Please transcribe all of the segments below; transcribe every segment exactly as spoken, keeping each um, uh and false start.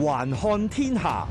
環看天下。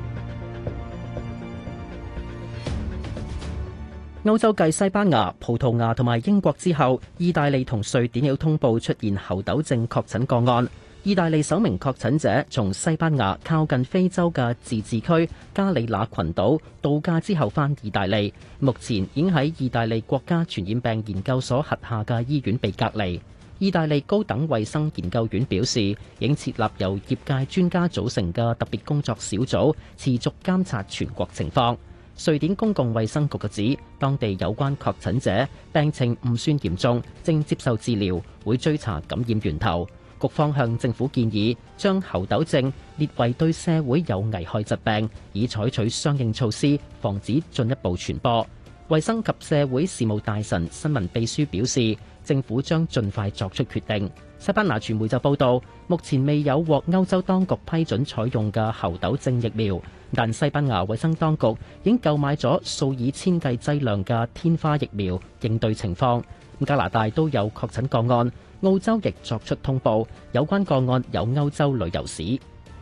歐洲繼西班牙、葡萄牙同埋英國之後，意大利同瑞典亦通報出現猴痘症確診個案。意大利首名確診者從西班牙靠近非洲嘅自治區加里納群島度假之後返意大利，目前已經喺意大利國家傳染病研究所轄下嘅醫院被隔離。意大利高等衛生研究院表示，已經設立由業界專家組成嘅特別工作小組，持續監察全國情況。瑞典公共衛生局就指，當地有關確診者病情唔算嚴重，正接受治療，會追查感染源頭。局方向政府建議，將猴痘症列為對社會有危害疾病，以採取相應措施，防止進一步傳播。衛生及社會事務大臣新聞秘書表示，政府將盡快作出決定。西班牙傳媒就報道，目前未有獲歐洲當局批准採用嘅猴痘症疫苗，但西班牙衛生當局已經購買咗數以千計劑量嘅天花疫苗應對情況。加拿大都有確診個案，澳洲亦作出通報，有關個案有歐洲旅遊史。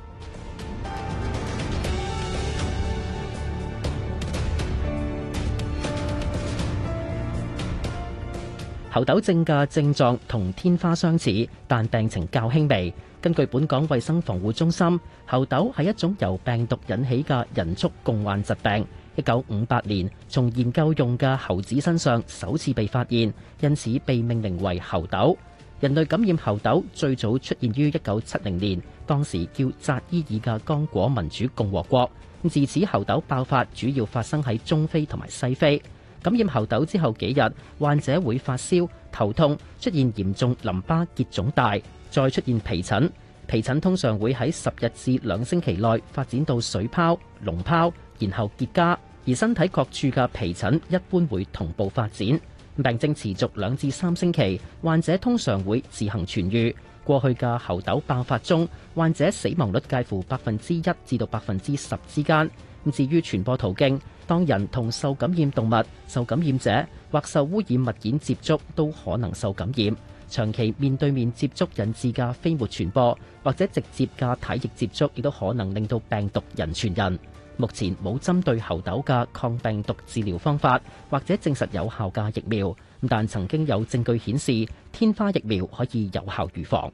猴痘症嘅症狀同天花相似，但病情較輕微。根據本港衛生防護中心，猴痘係一種由病毒引起嘅人畜共患疾病。一九五八年從研究用嘅猴子身上首次被發現，因此被命名為猴痘。人類感染猴痘最早出現於一九七零年，當時叫扎伊爾嘅剛果民主共和國。自此猴痘爆發主要發生喺中非同埋西非。感染猴痘之後幾日，患者會發燒、頭痛，出現嚴重淋巴結腫大，再出現皮疹。皮疹通常會喺十日至兩星期內發展到水泡、膿泡，然後結痂。而身體各處嘅皮疹一般會同步發展，病症持續兩至三星期，患者通常會自行痊癒。過去嘅猴痘爆發中，患者死亡率介乎百分之一至到百分之十之間。至於傳播途徑，當人同受感染動物、受感染者或受污染物件接觸，都可能受感染。長期面對面接觸引致嘅飛沫傳播，或者直接嘅體液接觸，亦都可能令到病毒人傳人。目前冇針對猴痘嘅抗病毒治療方法，或者證實有效嘅疫苗，但曾經有證據顯示天花疫苗可以有效預防。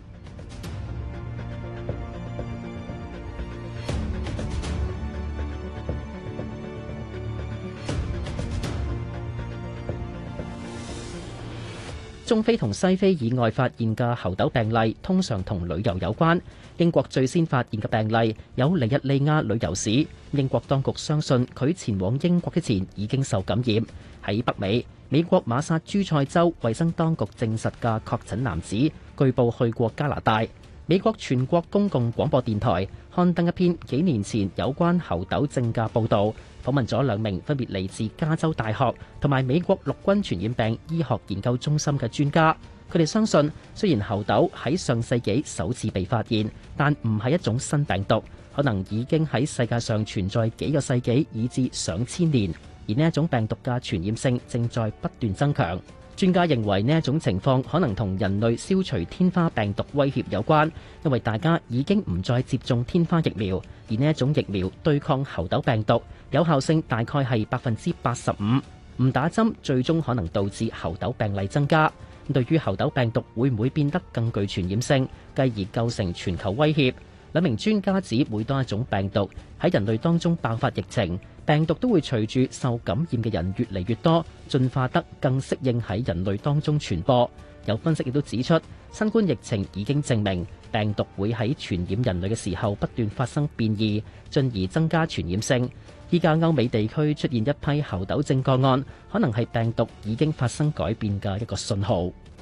中非同西非以外發現嘅猴痘病例通常同旅遊有關。英國最先發現嘅病例有尼日利亞旅遊史，英國當局相信佢前往英國之前已經受感染。喺北美，美國馬薩諸塞州衛生當局證實嘅確診男子，據報去過加拿大。美國全國公共廣播電台刊登一篇幾年前有關猴痘症嘅報導，訪問咗兩名分別嚟自加州大學同埋美國陸軍傳染病醫學研究中心嘅專家。佢哋相信，雖然猴痘喺上世紀首次被發現，但唔係一種新病毒，可能已經喺世界上存在幾個世紀以至上千年，而呢一種病毒嘅傳染性正在不斷增強。專家認為呢一種情況可能同人類消除天花病毒威脅有關，因為大家已經唔再接種天花疫苗，而呢一種疫苗對抗猴痘病毒有效性大概係百分之八十五，唔打針最終可能導致猴痘病例增加。對於猴痘病毒會唔會變得更具傳染性，繼而構成全球威脅？兩名專家指，每當一種病毒喺人類當中爆發疫情，病毒都會隨住受感染嘅人越嚟越多，進化得更適應喺人類當中傳播。有分析亦都指出，新冠疫情已經證明病毒會喺傳染人類嘅時候不斷發生變異，進而增加傳染性。依家歐美地區出現一批猴痘症個案，可能係病毒已經發生改變嘅一個信號。